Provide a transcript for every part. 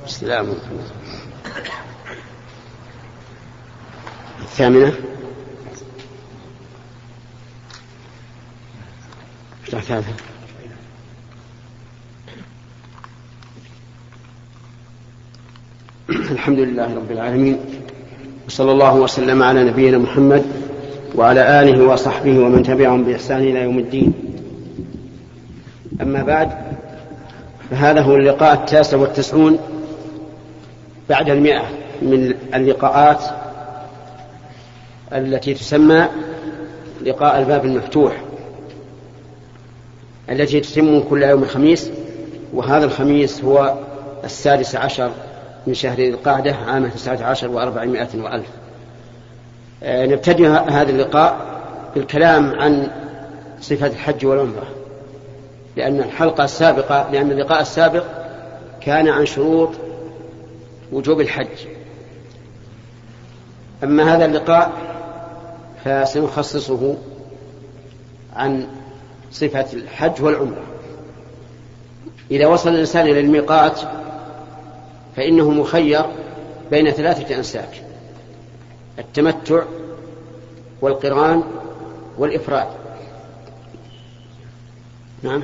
السلام. الثامنة الحمد لله رب العالمين، وصلى الله وسلم على نبينا محمد وعلى آله وصحبه ومن تبعهم بإحسان إلى يوم الدين. أما بعد، فهذا هو اللقاء 99 بعد 100 من اللقاءات التي تسمى لقاء الباب المفتوح، التي تتم كل يوم خميس، وهذا الخميس هو 16 من شهر ذي القعدة عام 19 و400 وألف. نبتدئ هذا اللقاء بالكلام عن صفة الحج والعمرة، لأن اللقاء السابق كان عن شروط وجوب الحج. أما هذا اللقاء فسنخصصه عن صفة الحج والعمرة. إذا وصل الإنسان إلى الميقات فإنه مخير بين 3 أنساك: التمتع والقران والإفراد. نعم.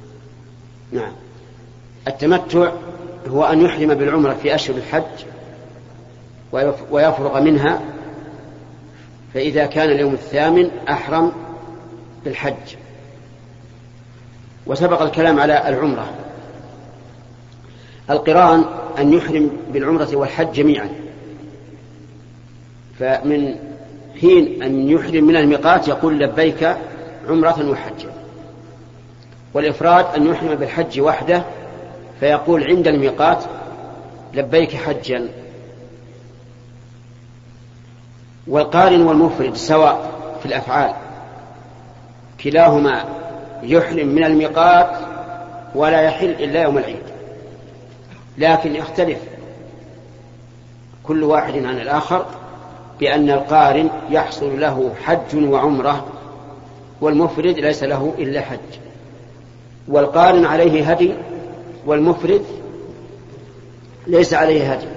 التمتع هو أن يحرم بالعمرة في أشهر الحج ويفرغ منها، فإذا كان اليوم الثامن أحرم بالحج. وسبق الكلام على العمرة. القران أن يحرم بالعمرة والحج جميعا، فمن حين أن يحرم من الميقات يقول لبيك عمرة وحجا. والإفراد أن يحرم بالحج وحده فيقول عند الميقات لبيك حجا. والقارن والمفرد سواء في الأفعال، كلاهما يحرم من الميقات ولا يحل إلا يوم العيد، لكن يختلف كل واحد عن الآخر بأن القارن يحصل له حج وعمرة، والمفرد ليس له إلا حج. والقارن عليه هدي والمفرد ليس عليه هدي.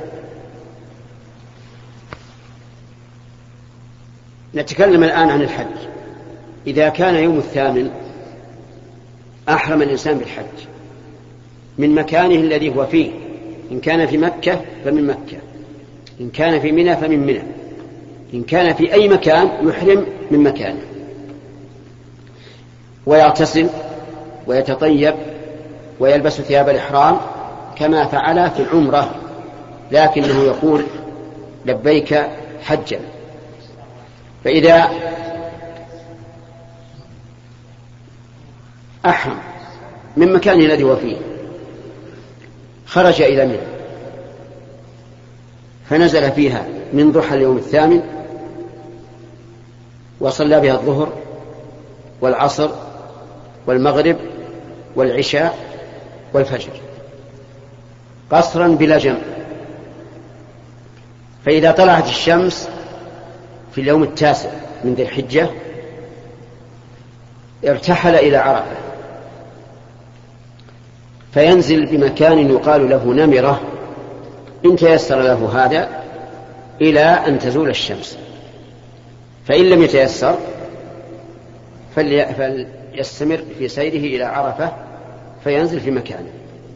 نتكلم الآن عن الحج. إذا كان يوم الثامن أحرم الإنسان بالحج من مكانه الذي هو فيه، إن كان في مكة فمن مكة، إن كان في منى فمن منى، إن كان في أي مكان يحرم من مكانه، ويغتسل ويتطيب ويلبس ثياب الإحرام كما فعل في العمرة، لكنه يقول لبيك حجا. فإذا أحرم من مكانه الذي هو فيه، خرج إلى منى فنزل فيها من ضحى اليوم الثامن، وصلى بها الظهر والعصر والمغرب والعشاء والفجر قصرا بلا جمع. فإذا طلعت الشمس في اليوم 9 من ذي الحجة ارتحل إلى عرفة، فينزل بمكان يقال له نمرة إن تيسر له هذا إلى أن تزول الشمس، فإن لم يتيسر فليستمر في سيره إلى عرفة فينزل في مكانه.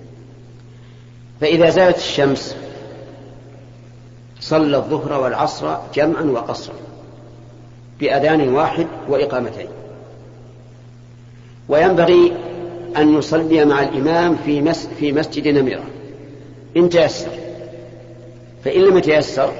فإذا زالت الشمس صلى الظهر والعصر جمعا وقصرا بأذان واحد وإقامتين. وينبغي أن يصلي مع الإمام في مسجد نمرة إن تيسر، فإن لم يتيسر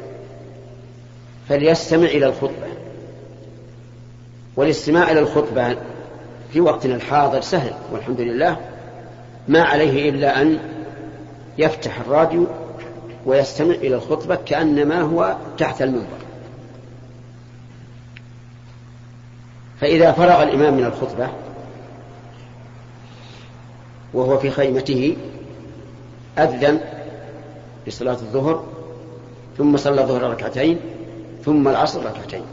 فليستمع إلى الخطبة. والاستماع إلى الخطبة في وقتنا الحاضر سهل والحمد لله، ما عليه إلا أن يفتح الراديو ويستمع إلى الخطبة كأنما هو تحت المنبر. فإذا فرغ الإمام من الخطبة وهو في خيمته أذن بصلاة الظهر، ثم صلى الظهر 2 ركعتين، ثم العصر 2 ركعتين.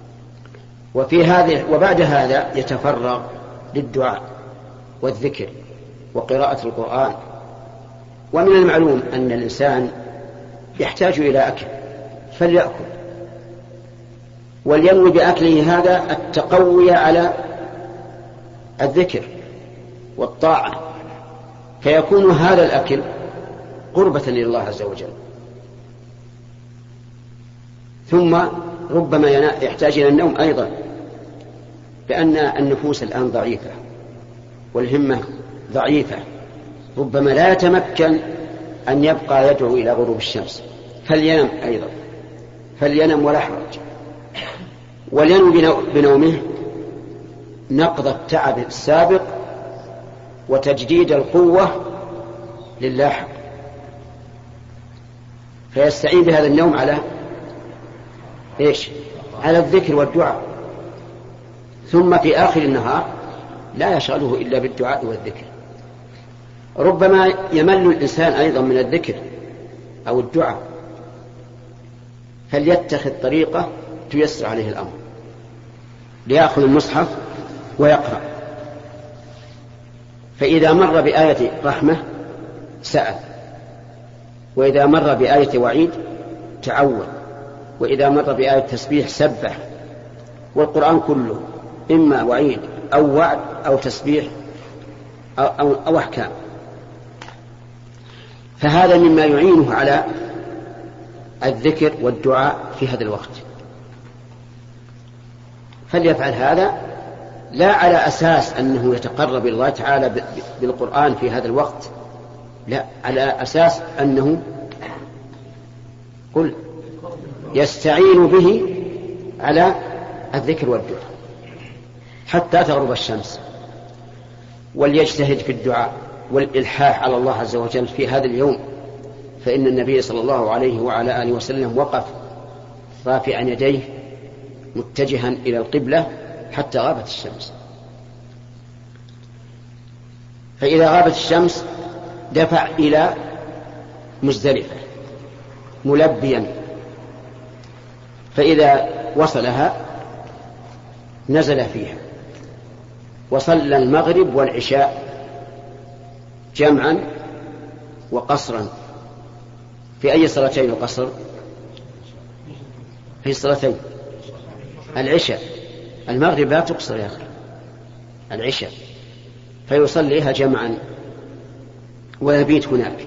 وبعد هذا يتفرغ للدعاء والذكر وقراءة القرآن ومن المعلوم أن الإنسان يحتاج إلى أكل فليأكل، ولينوي بأكله هذا التقوي على الذكر والطاعة، فيكون هذا الأكل قربة لله عز وجل. ثم ربما يحتاج إلى النوم أيضا، لأن النفوس الآن ضعيفة والهمة ضعيفة، ربما لا يتمكن أن يبقى يدعو إلى غروب الشمس، فلينم أيضا، فلينم ولا حرج. ولينم بنومه نقض التعب السابق وتجديد القوة للاحق، فيستعين بهذا النوم على إيش؟ على الذكر والدعاء. ثم في آخر النهار لا يشغله إلا بالدعاء والذكر. ربما يمل الإنسان أيضا من الذكر أو الدعاء، فليتخذ طريقة تيسر عليه الأمر، ليأخذ المصحف ويقرأ، فإذا مر بآية رحمة سأل، وإذا مر بآية وعيد تعوذ، وإذا مر بآية تسبيح سبح. والقرآن كله إما وعيد أو وعد أو تسبيح أو أحكام، فهذا مما يعينه على الذكر والدعاء في هذا الوقت. فليفعل هذا لا على أساس أنه يتقرب إلى الله تعالى بالقرآن في هذا الوقت، لا، على أساس أنه يستعين به على الذكر والدعاء حتى تغرب الشمس. وليجتهد في الدعاء والإلحاح على الله عز وجل في هذا اليوم، فإن النبي صلى الله عليه وعلى آله وسلم وقف رافعا يديه متجها إلى القبلة حتى غابت الشمس. فإذا غابت الشمس دفع إلى مزدلفة ملبيا، فإذا وصلها نزل فيها وصلى المغرب والعشاء جمعا وقصرا. في أي صلاتين القصر؟ في صلاتين العشاء. المغرب لا تقصر يا أخي، العشاء، فيصليها جمعا ويبيت هناك،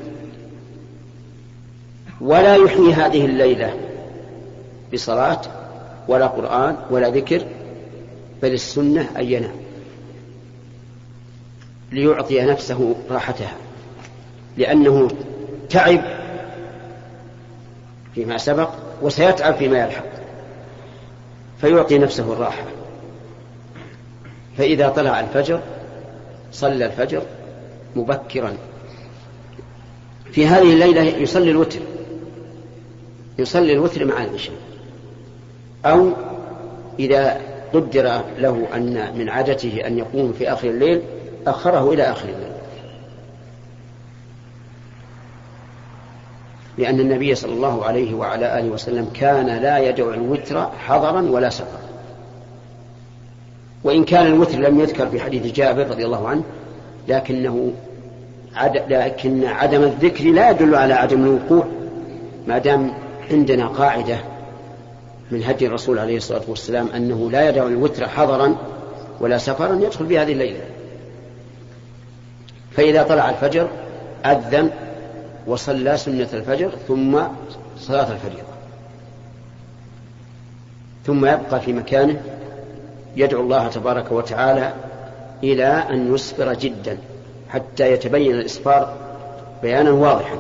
ولا يحيي هذه الليلة بصلاة ولا قرآن ولا ذكر، بل السنة أن ينام ليعطي نفسه راحتها، لأنه تعب فيما سبق وسيتعب فيما يلحق، فيعطي نفسه الراحة. فإذا طلع الفجر صلى الفجر مبكرا. في هذه الليلة يصلي الوتر مع العشاء، أو إذا قدر له أن من عادته أن يقوم في آخر الليل أخره إلى آخر الليل، لأن النبي صلى الله عليه وعلى آله وسلم كان لا يدعو الوتر حضرا ولا سفرا. وإن كان الوتر لم يذكر في حديث جابر رضي الله عنه، لكن عدم الذكر لا يدل على عدم الوقوع، ما دام عندنا قاعدة من هدي الرسول عليه الصلاة والسلام أنه لا يدعو الوتر حضرا ولا سفرا يدخل بهذه الليلة. فإذا طلع الفجر أذن وصلى سنة الفجر ثم صلاة الفريضة، ثم يبقى في مكانه يدعو الله تبارك وتعالى إلى أن يسفر جدا حتى يتبين الإسفار بيانا واضحا.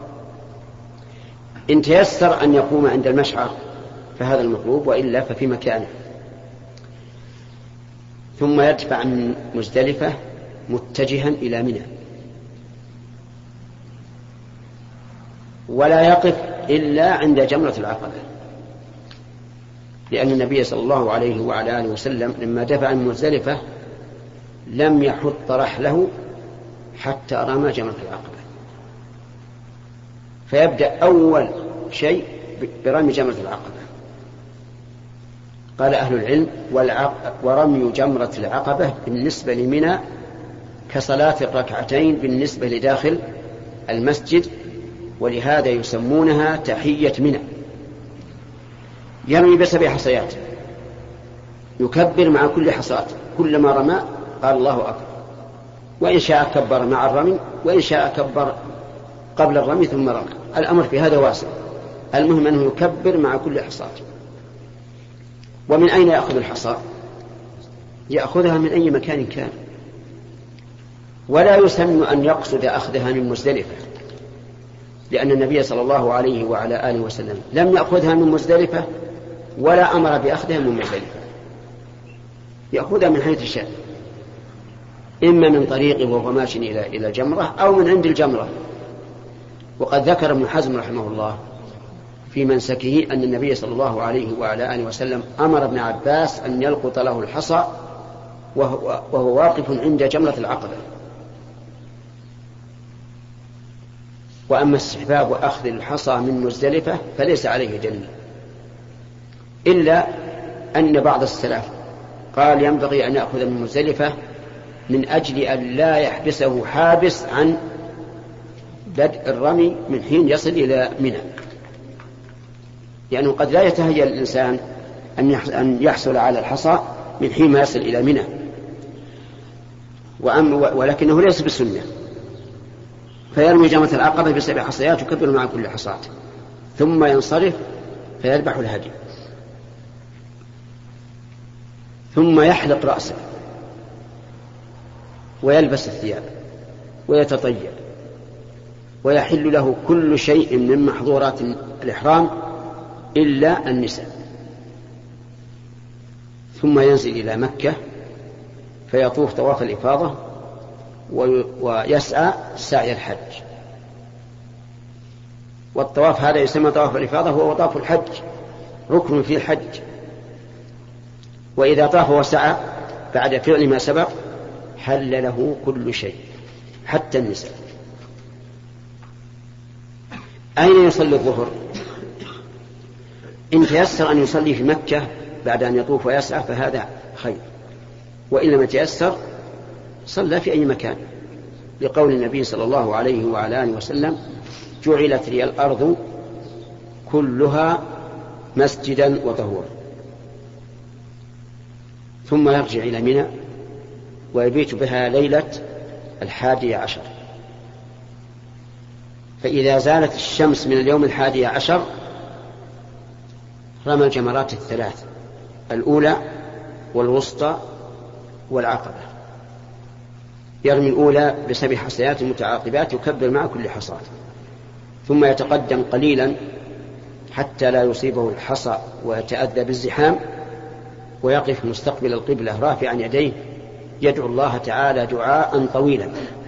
إن تيسر أن يقوم عند المشعر فهذا المطلوب، وإلا ففي مكانه، ثم يدفع من مزدلفة متجها إلى منى، ولا يقف إلا عند جمرة العقبة، لأن النبي صلى الله عليه وعلى آله وسلم لما دفع من مزدلفة لم يحط رحله حتى رمى جمرة العقبة، فيبدأ أول شيء برمي جمرة العقبة. قال أهل العلم: ورمي جمرة العقبة بالنسبة لمنى كصلاة الركعتين بالنسبة لداخل المسجد، ولهذا يسمونها تحية منى. يرمي ب7 حصيات، يكبر مع كل حصاة، كلما رمى قال الله أكبر، وإن شاء كبر مع الرمي، وإن شاء كبر قبل الرمي ثم رمى. الأمر في هذا واسع، المهم أنه يكبر مع كل حصاة. ومن أين يأخذ الحصى؟ يأخذها من أي مكان كان، ولا يسن أن يقصد أخذها من مزدلفة، لأن النبي صلى الله عليه وعلى آله وسلم لم يأخذها من مزدلفة ولا أمر بأخذها من مزدلفة، يأخذها من حيث الشاء، إما من طريقه وهو ماشٍ إلى الجمرة أو من عند الجمرة. وقد ذكر ابن حزم رحمه الله في منسكه أن النبي صلى الله عليه وعلى آله وسلم أمر ابن عباس أن يلقط له الحصى وهو واقف عند جمرة العقبة. وأما استحباب أخذ الحصى من مزدلفة فليس عليه دليل، إلا أن بعض السلف قال ينبغي أن يأخذ من مزدلفة من أجل أن لا يحبسه حابس عن بدء الرمي من حين يصل إلى منى، لأنه قد لا يتهيأ الإنسان أن يحصل على الحصى من حين ما يصل إلى منى، ولكنه ليس بالسنة. فيرمي جمرة العقبة ب7 حصيات يكبر مع كل حصاة، ثم ينصرف فيذبح الهدي، ثم يحلق رأسه ويلبس الثياب ويتطيب، ويحل له كل شيء من محظورات الإحرام إلا النساء. ثم ينزل إلى مكة فيطوف طواف الإفاضة ويسعى سعي الحج. والطواف هذا يسمى طواف الإفاضة، هو طواف الحج، ركن في الحج. وإذا طاف وسعى بعد فعل ما سبق حل له كل شيء حتى النساء. أين يصلي الظهر؟ إن تيسر أن يصلي في مكة بعد أن يطوف ويسعى فهذا خير، وإن لم يتيسر صلى في أي مكان، لقول النبي صلى الله عليه وعلى آله وسلم جعلت لي الأرض كلها مسجدا وطهورا. ثم يرجع إلى منى ويبيت بها ليلة 11. فإذا زالت الشمس من اليوم 11 رمى الجمرات 3، الأولى والوسطى والعقبة. يرمي الأولى ب7 حصيات متعاقبات يكبر مع كل حصاة، ثم يتقدم قليلا حتى لا يصيبه الحصى ويتأذى بالزحام، ويقف مستقبل القبلة رافعا يديه يدعو الله تعالى دعاء طويلا.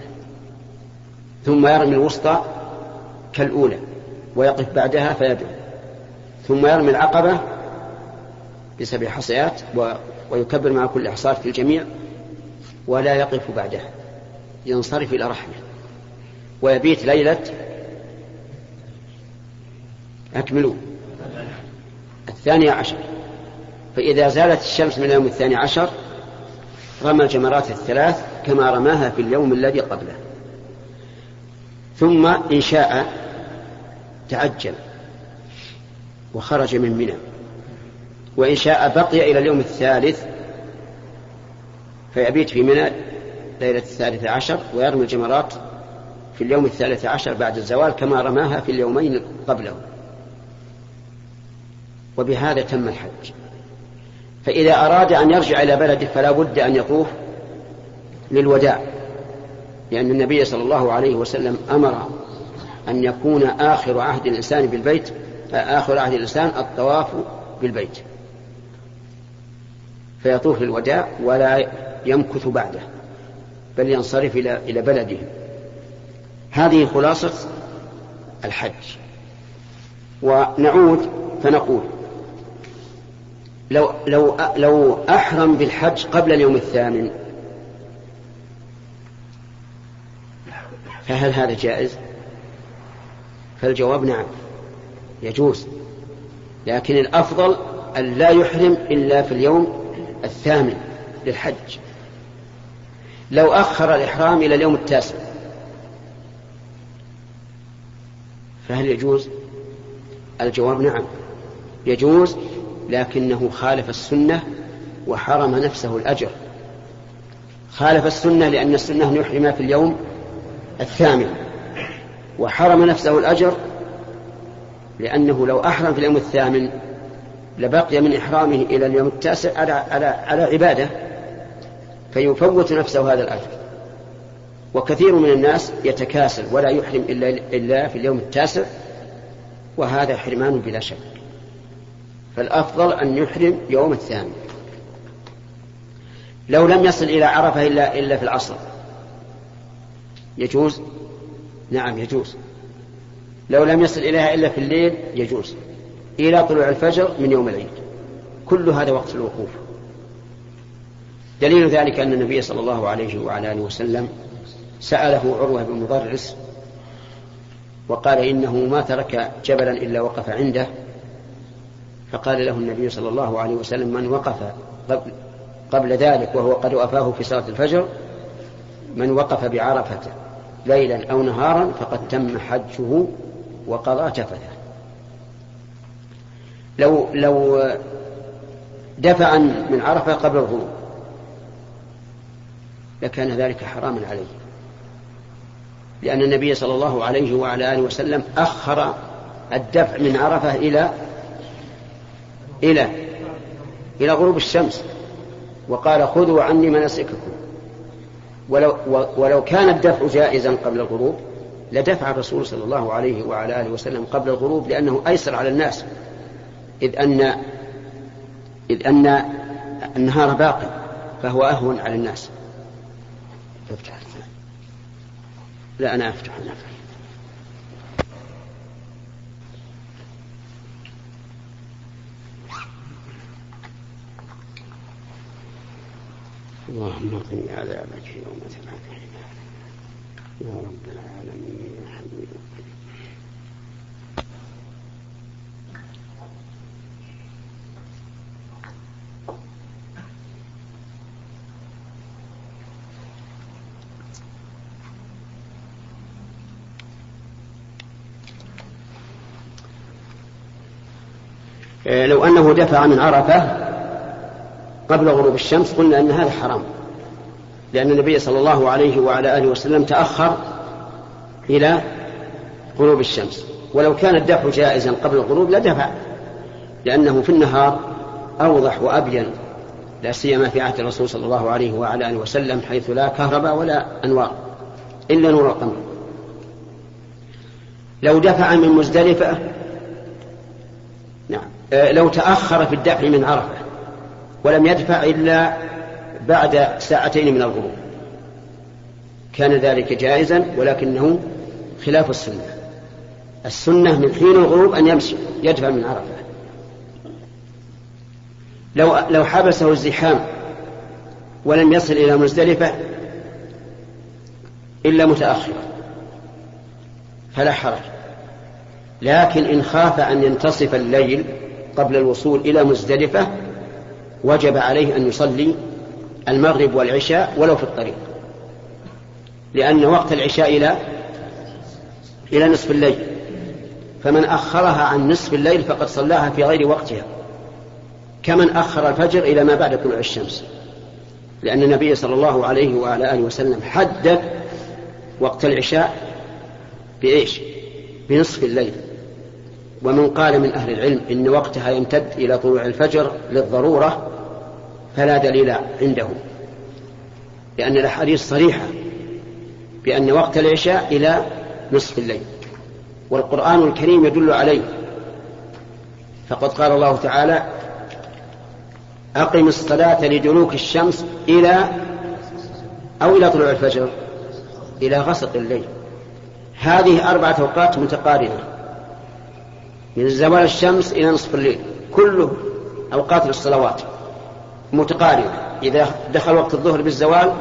ثم يرمي الوسطى كالأولى ويقف بعدها فيدعو، ثم يرمي العقبة ب7 حصيات ويكبر مع كل حصاة في الجميع ولا يقف بعدها، ينصرف إلى رحمه ويبيت ليلة أكملوا 12. فإذا زالت الشمس من اليوم 12 رمى الجمرات 3 كما رماها في اليوم الذي قبله. ثم إن شاء تعجل وخرج من منى، وإن شاء بقي إلى اليوم 3 فيبيت في منى ليلة 13 ويرمي الجمرات في اليوم 13 بعد الزوال كما رماها في اليومين قبله، وبهذا تم الحج. فإذا أراد أن يرجع إلى بلده فلا بد أن يطوف للوداع، لأن النبي صلى الله عليه وسلم أمر أن يكون آخر عهد الإنسان بالبيت، آخر عهد الإنسان الطواف بالبيت، فيطوف للوداع ولا يمكث بعده بل ينصرف إلى بلده. هذه خلاصة الحج. ونعود فنقول لو أحرم بالحج قبل اليوم 8 فهل هذا جائز؟ فالجواب نعم يجوز، لكن الأفضل أن لا يحرم إلا في اليوم 8 للحج. لو أخر الإحرام إلى اليوم 9 فهل يجوز؟ الجواب نعم يجوز، لكنه خالف السنة وحرم نفسه الأجر. خالف السنة لأن السنة أن يحرم في اليوم الثامن، وحرم نفسه الأجر لأنه لو أحرم في اليوم الثامن لبقي من إحرامه إلى اليوم التاسع على عبادة، فيفوت نفسه هذا الأجر. وكثير من الناس يتكاسل ولا يحرم إلا في اليوم التاسع، وهذا حرمان بلا شك. فالأفضل أن يحرم يوم الثامن. لو لم يصل إلى عرفة إلا في العصر يجوز؟ نعم يجوز. لو لم يصل إليها إلا في الليل يجوز إلى طلوع الفجر من يوم العيد، كل هذا وقت الوقوف. دليل ذلك أن النبي صلى الله عليه وعلى آله وسلم سأله عروة بن مضرس وقال إنه ما ترك جبلا إلا وقف عنده، فقال له النبي صلى الله عليه وسلم: من وقف قبل ذلك وهو قد وفاه في صلاة الفجر، من وقف بعرفة ليلا أو نهارا فقد تم حجه وقضى تفثه. لو دفع من عرفة قبل الغروب لكان ذلك حراما عليه، لأن النبي صلى الله عليه وعلى آله وسلم أخر الدفع من عرفة إلى غروب الشمس، وقال: خذوا عني مناسككم. ولو كان الدفع جائزا قبل الغروب لدفع الرسول صلى الله عليه وعلى آله وسلم قبل الغروب، لأنه أيسر على الناس، إذ أن النهار باقي فهو أهون على الناس. لا أنا أفتح اللهم قني عذابك يوم تبعث يا رب العالمين يا حبيبي. لو أنه دفع من عرفة قبل غروب الشمس قلنا أن هذا حرام، لأن النبي صلى الله عليه وعلى آله وسلم تأخر إلى غروب الشمس. ولو كان الدفع جائزا قبل الغروب لدفع، لأنه في النهار أوضح وأبين، لا سيما في عهد الرسول صلى الله عليه وعلى آله وسلم حيث لا كهرباء ولا أنوار إلا نور القمر. لو دفع من مزدلفة لو تأخر في الدفع من عرفة ولم يدفع إلا بعد ساعتين من الغروب كان ذلك جائزا، ولكنه خلاف السنة. السنة من حين الغروب أن يمشي يدفع من عرفة. لو حبسه الزحام ولم يصل إلى مزدلفة إلا متأخرا فلا حرج، لكن إن خاف أن ينتصف الليل قبل الوصول إلى مزدلفة وجب عليه أن يصلي المغرب والعشاء ولو في الطريق، لأن وقت العشاء إلى نصف الليل، فمن أخرها عن نصف الليل فقد صلاها في غير وقتها، كمن أخر الفجر إلى ما بعد طلوع الشمس، لأن النبي صلى الله عليه وعلى آله وسلم حدد وقت العشاء بإيش؟ بنصف الليل. ومن قال من أهل العلم إن وقتها يمتد إلى طلوع الفجر للضرورة فلا دليل عنده، لأن الأحاديث صريحة بأن وقت العشاء إلى نصف الليل، والقرآن الكريم يدل عليه. فقد قال الله تعالى: أقم الصلاة لدلوك الشمس إلى طلوع الفجر إلى غسق الليل. هذه 4 أوقات متقارنة من زوال الشمس إلى نصف الليل، كله أوقات للصلوات متقارنة. إذا دخل وقت الظهر بالزوال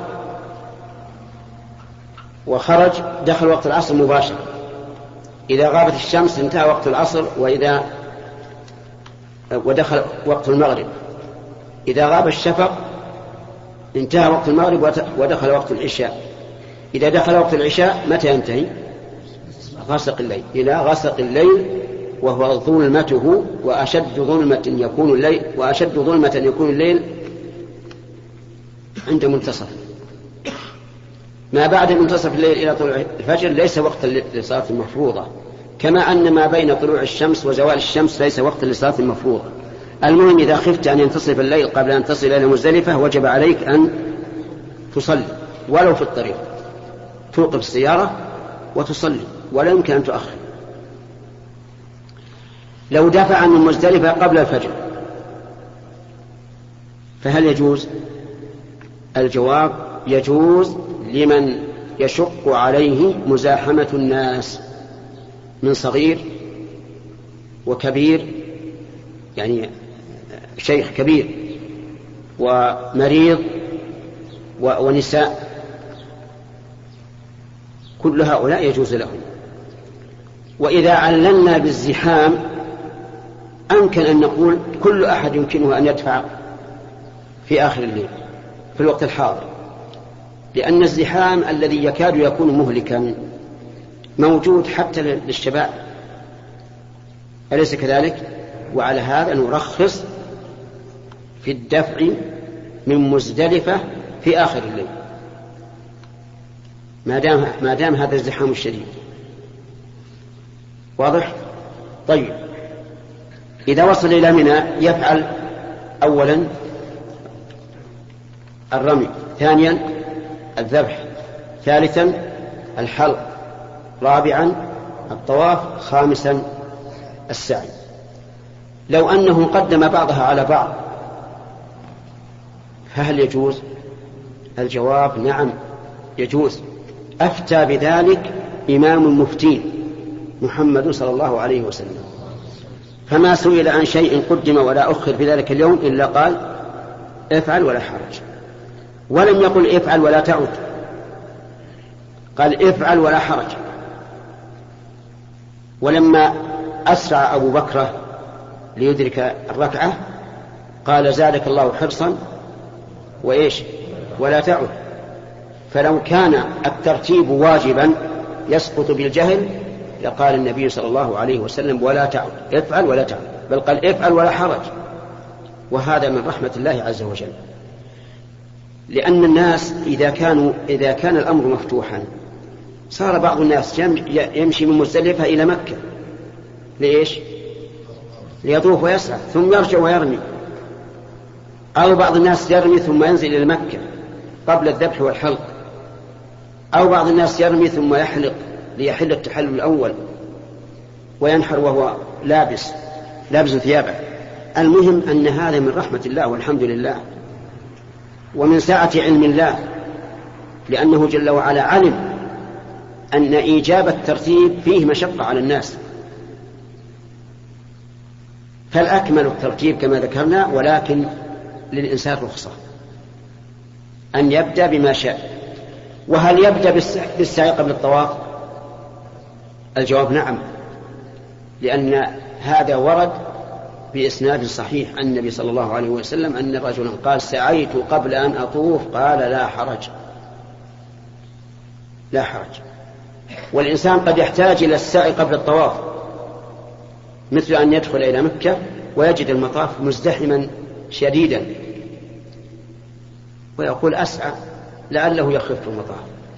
وخرج دخل وقت العصر مباشرة، إذا غابت الشمس انتهى وقت العصر، ودخل وقت المغرب، إذا غاب الشفق انتهى وقت المغرب ودخل وقت العشاء. إذا دخل وقت العشاء متى ينتهي؟ غسق الليل إلى غسق الليل، وهو ظلمته، وأشد ظلمة يكون الليل عند منتصف. ما بعد منتصف الليل إلى طلوع الفجر ليس وقتا للصلاة المفروضة، كما أن ما بين طلوع الشمس وزوال الشمس ليس وقتا للصلاة المفروضة. المهم إذا خفت أن ينتصف الليل قبل أن تصل إلى مزدلفة وجب عليك أن تصلي ولو في الطريق، توقف السيارة وتصلي ولا يمكن أن تؤخر. لو دفع من مزدلفة قبل الفجر فهل يجوز؟ الجواب يجوز لمن يشق عليه مزاحمة الناس من صغير وكبير، يعني شيخ كبير ومريض ونساء، كل هؤلاء يجوز لهم. وإذا عللنا بالزحام أمكن أن نقول كل أحد يمكنه أن يدفع في آخر الليل في الوقت الحاضر، لأن الزحام الذي يكاد يكون مهلكا موجود حتى للشباب، أليس كذلك؟ وعلى هذا نرخص في الدفع من مزدلفة في آخر الليل ما دام هذا الزحام الشديد. واضح؟ طيب، إذا وصل إلى منى يفعل أولا الرمي، ثانيا الذبح، ثالثا الحلق، رابعا الطواف، خامسا السعي. لو أنه قدم بعضها على بعض فهل يجوز؟ الجواب نعم يجوز. أفتى بذلك إمام المفتين محمد صلى الله عليه وسلم، فما سئل عن شيء قدم ولا أخر في ذلك اليوم إلا قال افعل ولا حرج، ولم يقل افعل ولا تعود، قال افعل ولا حرج. ولما أسرع أبو بكر ليدرك الركعة قال زادك الله حرصا وإيش ولا تعود. فلو كان الترتيب واجبا يسقط بالجهل لقال النبي صلى الله عليه وسلم ولا تعود، افعل ولا تعود، بل قال افعل ولا حرج. وهذا من رحمة الله عز وجل، لأن الناس إذا كان الأمر مفتوحا صار بعض الناس يمشي من مزدلفة إلى مكة لإيش؟ ليطوف ويسعى ثم يرجع ويرمي، أو بعض الناس يرمي ثم ينزل إلى مكة قبل الذبح والحلق، أو بعض الناس يرمي ثم يحلق ليحل التحلل الأول وينحر وهو لابس ثيابه. المهم أن هذا من رحمة الله والحمد لله ومن سعة علم الله، لأنه جل وعلا علم أن إيجاب الترتيب فيه مشقة على الناس، فالأكمل الترتيب كما ذكرنا، ولكن للإنسان رخصة أن يبدأ بما شاء. وهل يبدأ بالسعي قبل الطواف؟ الجواب نعم، لأن هذا ورد بإسناد صحيح عن النبي صلى الله عليه وسلم أن رجلا قال سعيت قبل أن أطوف، قال لا حرج. لا حرج. والإنسان قد يحتاج إلى السعي قبل الطواف، مثل أن يدخل إلى مكة ويجد المطاف مزدحما شديدا ويقول أسعى لعله يخف المطاف،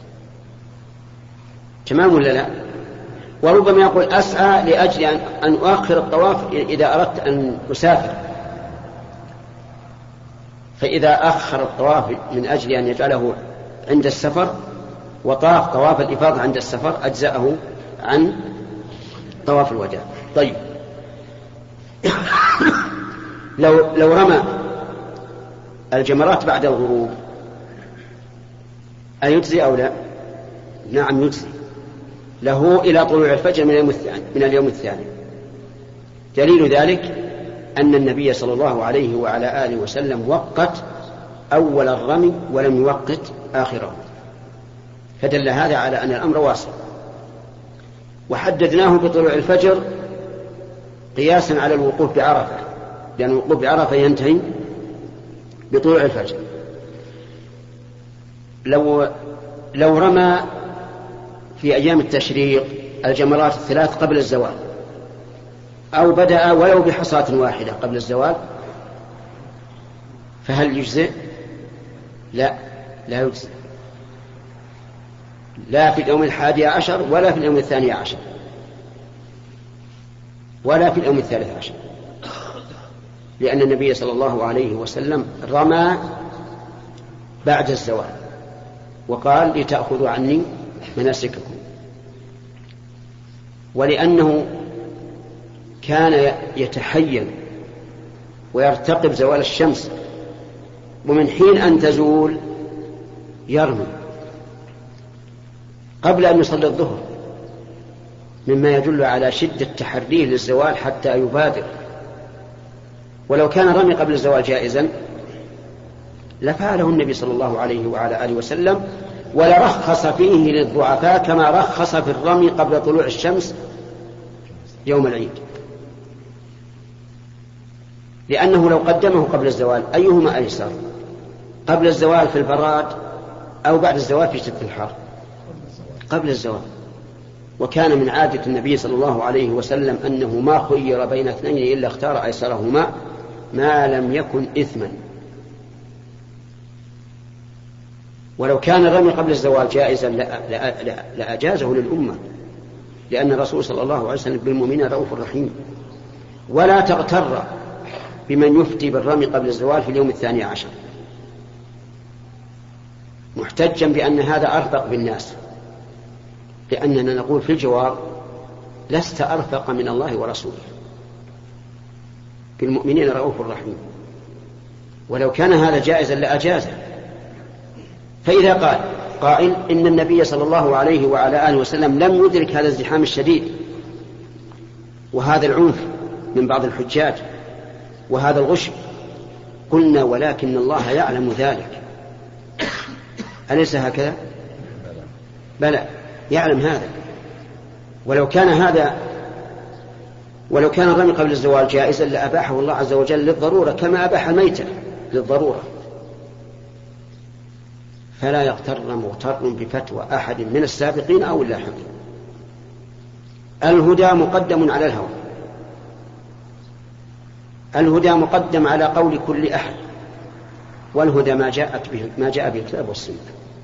تمام ولا لا؟ وربما يقول أسعى لأجل أن أؤخر الطواف إذا أردت أن أسافر، فإذا أخر الطواف من أجل أن يجعله عند السفر وطاف طواف الإفاضة عند السفر أجزأه عن طواف الوداع. طيب، لو رمى الجمرات بعد الغروب أيجزي أو لا؟ نعم يجزي له إلى طلوع الفجر من اليوم الثاني. دليل ذلك أن النبي صلى الله عليه وعلى آله وسلم وقت أول الرمي ولم يوقت آخره، فدل هذا على أن الأمر واسع. وحددناه بطلوع الفجر قياسا على الوقوف بعرفة، لأن الوقوف بعرفة ينتهي بطلوع الفجر. لو رمى في أيام التشريق الجمرات الثلاث قبل الزوال أو بدأ ولو بحصاة واحدة قبل الزوال فهل يجزئ؟ لا يجزئ، لا في اليوم 11 ولا في اليوم 12 ولا في اليوم 13، لأن النبي صلى الله عليه وسلم رمى بعد الزوال وقال لتأخذوا عني مناسككم، ولأنه كان يتحين ويرتقب زوال الشمس ومن حين أن تزول يرمي قبل أن يصلي الظهر، مما يدل على شدة تحريه للزوال حتى يبادر. ولو كان رمي قبل الزوال جائزا لفعله النبي صلى الله عليه وعلى آله وسلم، ولرخص فيه للضعفاء كما رخص في الرمي قبل طلوع الشمس يوم العيد، لأنه لو قدمه قبل الزوال أيهما أيسر، قبل الزوال في البراد أو بعد الزوال في شدة الحر؟ قبل الزوال. وكان من عادة النبي صلى الله عليه وسلم أنه ما خير بين اثنين إلا اختار أيسرهما ما لم يكن إثما. ولو كان الرمي قبل الزوال جائزا لأجازه للأمة، لأن الرسول صلى الله عليه وسلم بالمؤمنين رؤوف رحيم. ولا تغتر بمن يفتي بالرمي قبل الزوال في اليوم 12 محتجا بأن هذا أرفق بالناس، لأننا نقول في الجواب لست أرفق من الله ورسوله، بالمؤمنين رؤوف رحيم. ولو كان هذا جائزا لأجازه. فإذا قال قائل إن النبي صلى الله عليه وعلى آله وسلم لم يدرك هذا الازدحام الشديد وهذا العنف من بعض الحجاج وهذا الغش، قلنا ولكن الله يعلم ذلك، أليس هكذا؟ بلى يعلم هذا. ولو كان الرمي قبل الزوال جائزا لأباحه الله عز وجل للضرورة كما أباح الميتة للضرورة. فلا يغتر مغتر بفتوى أحد من السابقين أو اللاحقين. الهدى مقدم على الهوى، الهدى مقدم على قول كل أحد، والهدى ما جاء به الكتاب والسنة.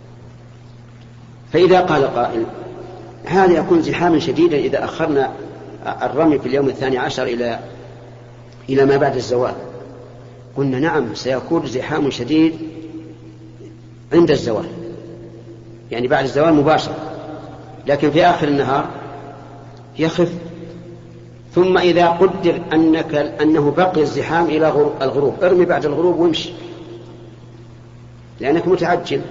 فإذا قال قائل هذا يكون زحاما شديدا إذا أخرنا الرمي في اليوم 12 إلى ما بعد الزوال، قلنا نعم سيكون زحام شديد عند الزوال، يعني بعد الزوال مباشرة، لكن في آخر النهار يخف. ثم إذا قدر أنه بقي الزحام إلى الغروب ارمي بعد الغروب وامشي لأنك متعجل.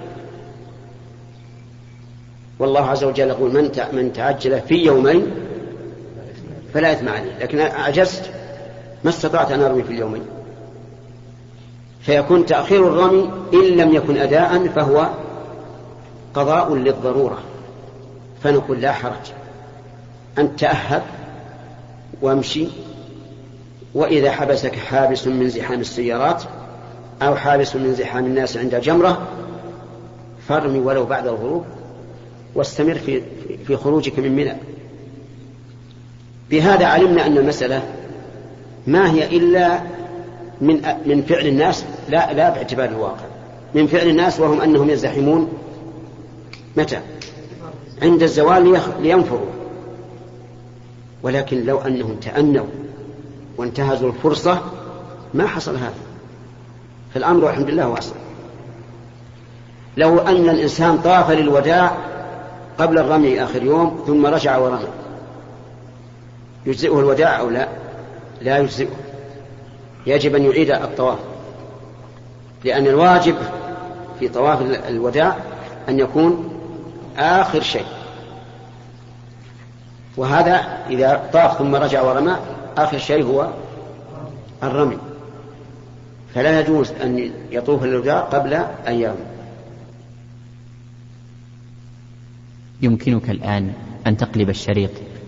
والله عز وجل يقول من تعجل في يومين فلا إثم عليه، لكن عجزت ما استطعت أن أرمي في اليومين، فيكون تأخير الرمي إن لم يكن أداء فهو قضاء للضرورة. فنقول لا حرج أن تأهب وامشي، وإذا حبسك حابس من زحام السيارات أو حابس من زحام الناس عند الجمرة فارمي ولو بعد الغروب واستمر في خروجك من منى. بهذا علمنا أن المسألة ما هي إلا من فعل الناس، لا باعتبار الواقع، من فعل الناس، وهم أنهم يزدحمون متى؟ عند الزوال لينفروا. ولكن لو أنهم تأنوا وانتهزوا الفرصة ما حصل هذا، فالأمر والحمد لله واسع. لو أن الإنسان طاف للوداع قبل الرمي آخر يوم ثم رجع ورمى يجزئه الوداع أو لا يجزئه، يجب أن يعيد الطواف، لأن الواجب في طواف الوداع أن يكون آخر شيء، وهذا إذا طاف ثم رجع ورمى آخر شيء هو الرمي، فلا يجوز أن يطوف الوداع قبل أيام. يمكنك الآن أن تقلب الشريط